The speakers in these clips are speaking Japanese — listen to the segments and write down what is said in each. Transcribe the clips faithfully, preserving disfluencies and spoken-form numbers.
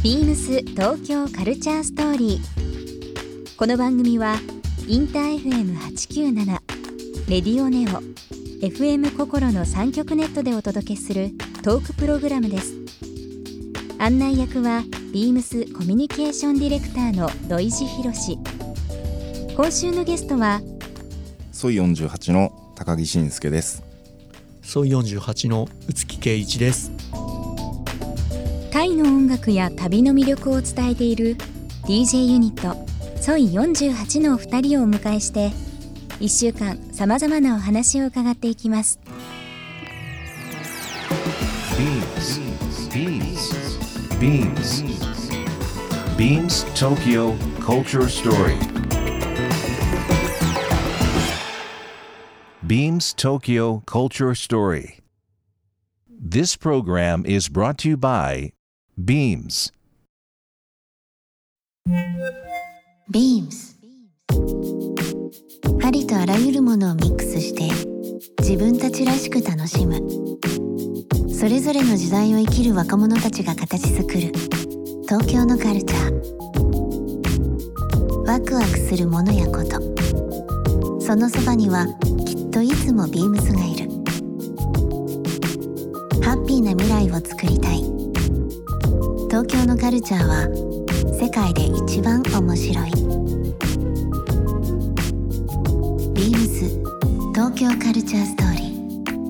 ビームス東京カルチャーストーリー。この番組はインター エフエムはちきゅうなな、レディオネオ、エフエム 心のさん局ネットでお届けするトークプログラムです。案内役はビームスコミュニケーションディレクターの土井博志。今週のゲストはソイよんじゅうはちの高木慎介です。 ソイよんじゅうはちの宇月圭一です。 タイの音楽や旅の魅力を伝えている ディージェー ユニットソイよんじゅうはちのお二人をお迎えしていっしゅうかんさまざまなお話を伺っていきます。 ビームス ビームス ビームス ビームス Tokyo Culture Story Beams Tokyo Culture Story. This program is brought to you by Beams. Beams ありとあらゆるものをミックスして自分たちらしく楽しむ、それぞれの時代を生きる若者たちが形作る東京のカルチャー。ワクワクするものやこと、そのそばにはきっといつもビームスがいる。ハッピーな未来を作りたい。東京のカルチャーは世界で一番面白い。ビームス東京カルチャーストーリー。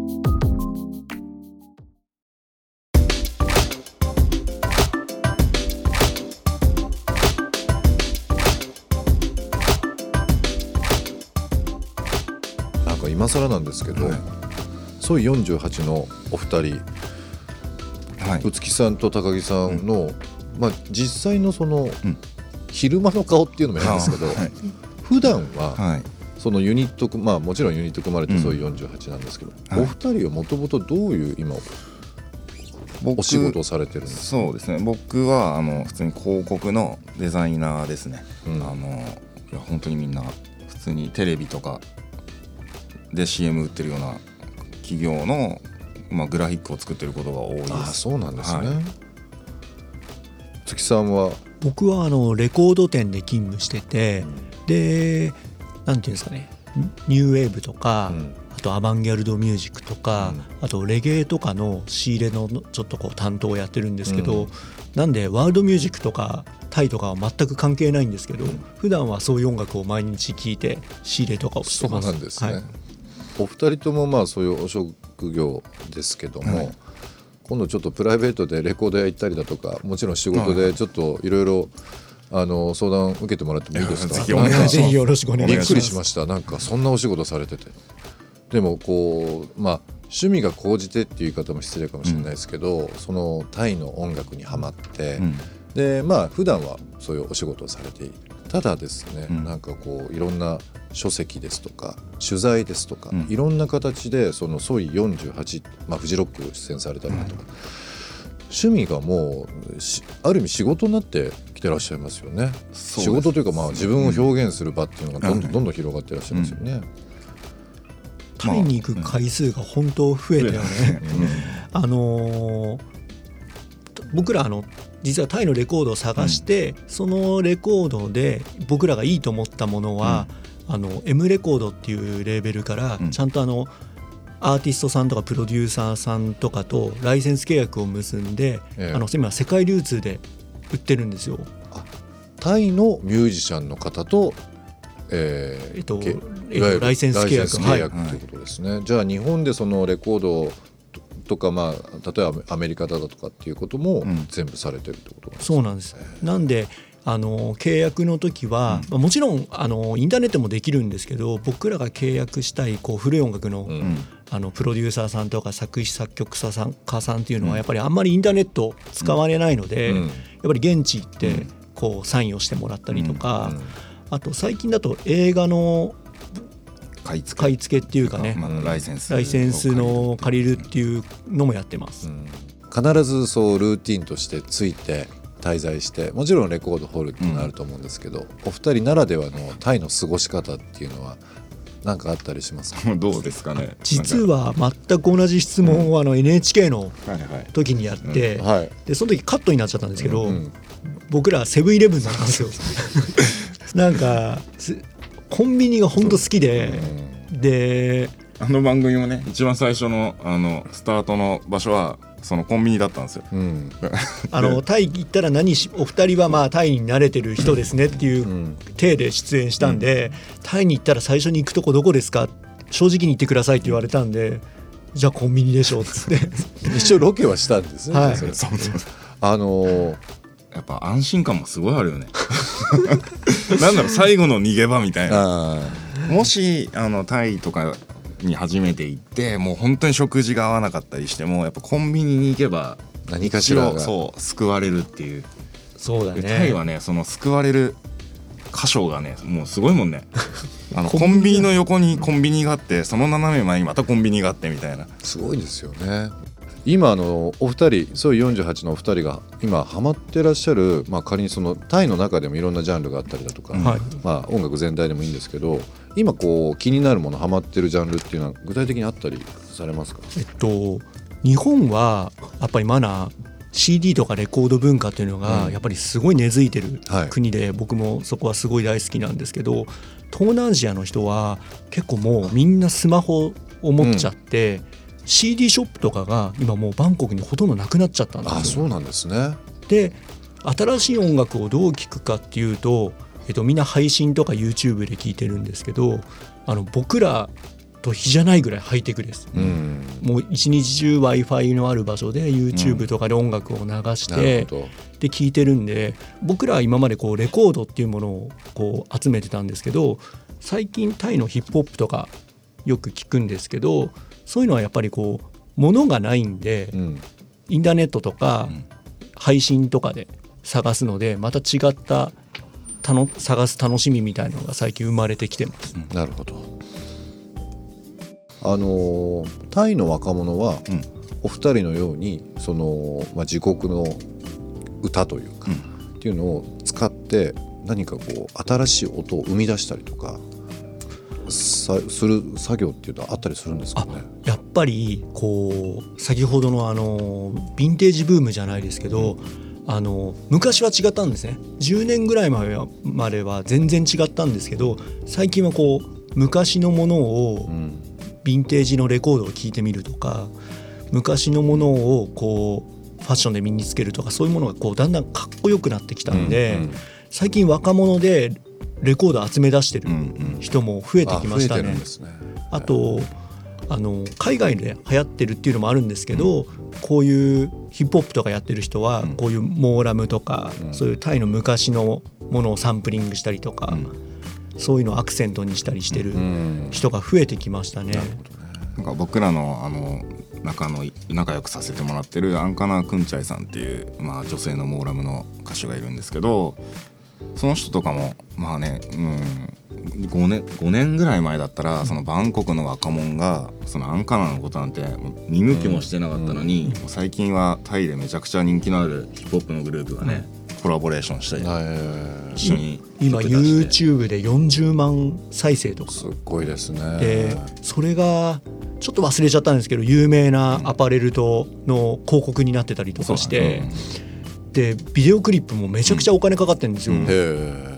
なんか今更なんですけど、はい、ソイよんじゅうはちのお二人、はい、宇月さんと高木さんの、うんまあ、実際のその、うん、昼間の顔っていうのも変ですけど、はい、普段は、はい、そのユニット、まあ、もちろんユニット組まれてソイよんじゅうはちなんですけど、うん、お二人はもともとどういう今お仕事をされてるんですか？ そうですね、僕はあの普通に広告のデザイナーですね、うん、あのいや本当にみんな普通にテレビとかで シーエム 売ってるような企業の、まあ、グラフィックを作ってることが多いです。 ああ、そうなんですね、はい。月さんは？ 僕はあのレコード店で勤務してて、うん、でなんていうんですかね、ニューウェーブとか、うん、あとアバンギャルドミュージックとか、うん、あとレゲエとかの仕入れのちょっとこう担当をやってるんですけど、うん、なんでワールドミュージックとかタイとかは全く関係ないんですけど、うん、普段はそういう音楽を毎日聴いて仕入れとかをしてます。 そうなんですね、はい。お二人ともまあそういうお職業ですけども、はい、今度ちょっとプライベートでレコード屋行ったりだとか、もちろん仕事でちょっといろいろあの相談受けてもらってもいいですか？ ぜひお願いします。ぜひよろしくお願いします。 びっくりしました。なんかそんなお仕事されてて、でもこうまあ趣味が高じてっていう言い方も失礼かもしれないですけど、うん、そのタイの音楽にハマって、うん、でまあ普段はそういうお仕事をされている。ただですね、うん、なんかこういろんな書籍ですとか取材ですとか、うん、いろんな形でそのソイよんじゅうはち、まあ、フジロック出演されたりだとか、うん、趣味がもうある意味仕事になってきてらっしゃいますよね。仕事というか、まあ自分を表現する場っていうのがどんどんどんどん広がってらっしゃいますよね、うん。 タイに行く回数が本当増えたよね、うん、あのー、僕らあの実はタイのレコードを探して、うん、そのレコードで僕らがいいと思ったものは、うん、あの M レコードっていうレーベルからちゃんとあの、うん、アーティストさんとかプロデューサーさんとかとライセンス契約を結んで、ええ、あの今世界流通で売ってるんですよ。 あ、タイのミュージシャンの方と、えーえっと、 いわゆるライセンス契約、 契約ということですね、はい。じゃあ日本でそのレコードとか、まあ、例えばアメリカだとかっていうことも全部されてるってことなんですか？ そうなんです。なんであの契約の時は、うん、もちろんあのインターネットもできるんですけど、僕らが契約したいこう古い音楽 の,、うん、あのプロデューサーさんとか作詞作曲家さん家さんっていうのはやっぱりあんまりインターネット使われないので、うん、やっぱり現地行ってこうサインをしてもらったりとか、うんうん、あと最近だと映画の買い付け、買い付けっていうかね、 まあ、ライセンスライセンスの借りるっていうのもやってます、うん、 必ずそうルーティンとしてついて滞在して、もちろんレコードホールっていうのがあると思うんですけど、うん、お二人ならではのタイの過ごし方っていうのはなんかあったりしますか？ どうですかね。 実は全く同じ質問をあの エヌエイチケー の時にやって、 うんはい、 でその時カットになっちゃったんですけど、 うん、 僕らセブンイレブンなんですよなんかコンビニが本当好きで、うん、であの番組もね一番最初のあのスタートの場所はそのコンビニだったんですよ、うん、 あのタイ行ったら何しお二人はまあタイに慣れてる人ですねっていう体で出演したんで、うん、タイに行ったら最初に行くとこどこですか正直に言ってくださいって言われたんで、じゃあコンビニでしょっつって一応ロケはしたんですね、 はい、 それそうそうあのー、 やっぱ安心感もすごいあるよねなんだろう最後の逃げ場みたいな。もしあのタイとかに初めて行ってもう本当に食事が合わなかったりしてもやっぱコンビニに行けば何かしらがそう救われるっていう。 そうだね。 タイはねその救われる箇所がねもうすごいもんねあのコンビニの横にコンビニがあってその斜め前にまたコンビニがあってみたいな。 すごいですよね。今あのお二人そうよんじゅうはちのお二人が今ハマってらっしゃる、まあ、仮にそのタイの中でもいろんなジャンルがあったりだとか、はいまあ、音楽全体でもいいんですけど今こう気になるものハマってるジャンルっていうのは具体的にあったりされますか？ えっと日本はやっぱりまだ シーディー とかレコード文化っていうのがやっぱりすごい根付いてる国で、うん、僕もそこはすごい大好きなんですけど、東南アジアの人は結構もうみんなスマホを持っちゃって、うんシーディー ショップとかが今もうバンコクにほとんどなくなっちゃったんですよ。 あ、そうなんですね。 で新しい音楽をどう聴くかっていうと、えっと、みんな配信とか YouTube で聴いてるんですけどあの僕らと比じゃないぐらいハイテクです、うん、もう一日中 Wi-Fi のある場所で YouTube とかで音楽を流して、うん、で聴いてるんで僕らは今までこうレコードっていうものをこう集めてたんですけど最近タイのヒップホップとかよく聞くんですけどそういうのはやっぱりこう物がないんで、うん、インターネットとか配信とかで探すのでまた違ったたの探す楽しみみたいなのが最近生まれてきてます、 うん、なるほど。あのタイの若者は、うん、お二人のようにその、まあ、自国の歌というか、うん、っていうのを使って何かこう新しい音を生み出したりとかさする作業っていうのはあったりするんですかね？ あやっぱりこう先ほどのあのヴィンテージブームじゃないですけど、うん、あの昔は違ったんですね。じゅうねんぐらい前までは全然違ったんですけど最近はこう昔のものを、うん、ヴィンテージのレコードを聴いてみるとか昔のものをこうファッションで身につけるとかそういうものがこうだんだんかっこよくなってきたんで、うんうん、最近若者でレコード集め出してる人も増えてきましたね。うんうん、あ、増えてるんですね。あとあの海外で流行ってるっていうのもあるんですけど、うん、こういうヒップホップとかやってる人はこういうモーラムとか、うん、そういうタイの昔のものをサンプリングしたりとか、うん、そういうのをアクセントにしたりしてる人が増えてきましたね。 なんか僕らのあの仲の仲良くさせてもらってるアンカナー・クンチャイさんっていう、まあ、女性のモーラムの歌手がいるんですけどその人とかもまあね、うん、ごねん、ごねんぐらい前だったらそのバンコクの若者がそのアンカナのことなんて見向きもしてなかったのに、うんうん、最近はタイでめちゃくちゃ人気のあるヒップホップのグループがね、うん、コラボレーションしたり一緒に今 YouTube でよんじゅうまん再生とかすごいですね。 でそれがちょっと忘れちゃったんですけど有名なアパレルとの広告になってたりとかして、うん、でビデオクリップもめちゃくちゃお金かかってるんですよ、うん、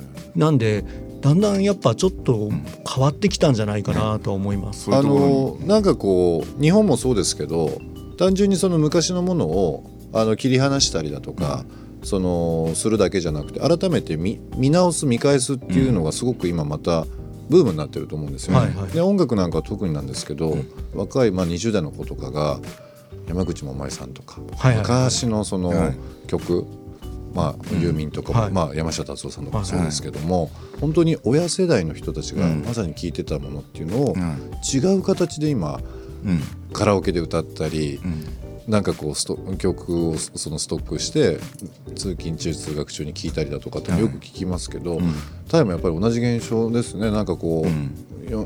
なんでだんだんやっぱちょっと変わってきたんじゃないかなとは思います、 うん、あのなんかこう日本もそうですけど単純にその昔のものをあの切り離したりだとか、うん、そのするだけじゃなくて改めて 見, 見直す見返すっていうのがすごく今またブームになってると思うんですよね、はいはい、で音楽なんかは特になんですけど、うん、若いまあにじゅう代の子とかが山口百恵さんとか、はいはいはい、昔のその曲、はいまあ、ユーミンとかも、うんまあ、山下達郎さんとかもそうですけども、はい、本当に親世代の人たちがまさに聴いてたものっていうのを違う形で今、うん、カラオケで歌ったり、うんなんかこうスト曲をそのストックして通勤中通学中に聴いたりだとかってよく聞きますけど、うん、タイもやっぱり同じ現象ですね。なんかこう、うん、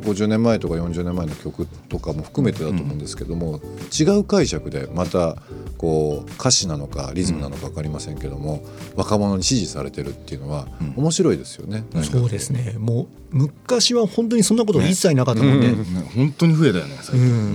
ごじゅうねんまえとかよんじゅうねんまえの曲とかも含めてだと思うんですけども、違う解釈でまたこう歌詞なのかリズムなのか分かりませんけども、若者に支持されてるっていうのは面白いですよね。 そうですね。もう昔は本当にそんなこと一切なかったもんね。 ね、本当に増えたよね最近。うん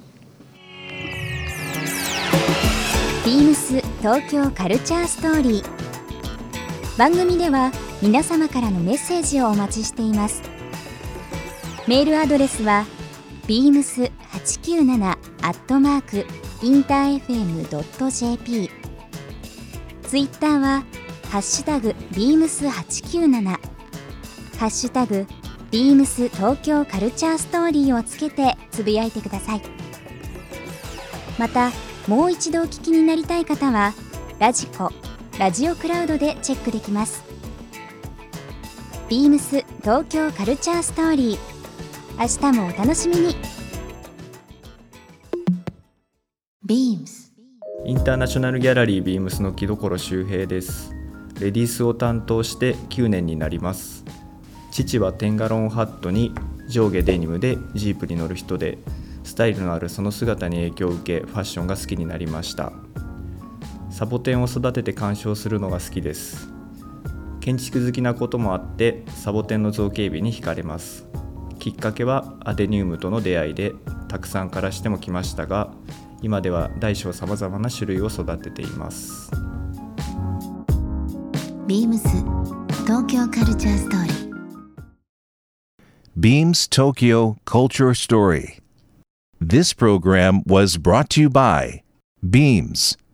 ビームス東京カルチャーストーリー。番組では皆様からのメッセージをお待ちしています。メールアドレスは ビームスはちきゅうなな アットマーク インターエフエム ドット ジェーピー。 ツイッターはハッシュタグ ビームスはちきゅうなな、ハッシュタグ ビームス 東京カルチャーストーリーをつけてつぶやいてください。またもう一度お聞きになりたい方はラジコ、ラジオクラウドでチェックできます。ビームス東京カルチャーストーリー、明日もお楽しみに。 ビームスインターナショナルギャラリービームスの木所周平です。レディースを担当してきゅうねんになります。父はテンガロンハットに上下デニムでジープに乗る人で、スタイルのあるその姿に影響を受けファッションが好きになりました。サボテンを育てて鑑賞するのが好きです。建築好きなこともあってサボテンの造形美に惹かれます。きっかけはアデニウムとの出会いで、たくさんからしても来ましたが、今では大小さまざまな種類を育てています。 ビームス東京カルチャーストーリー。 ビームス Tokyo Culture Story. This program was brought to you by Beams.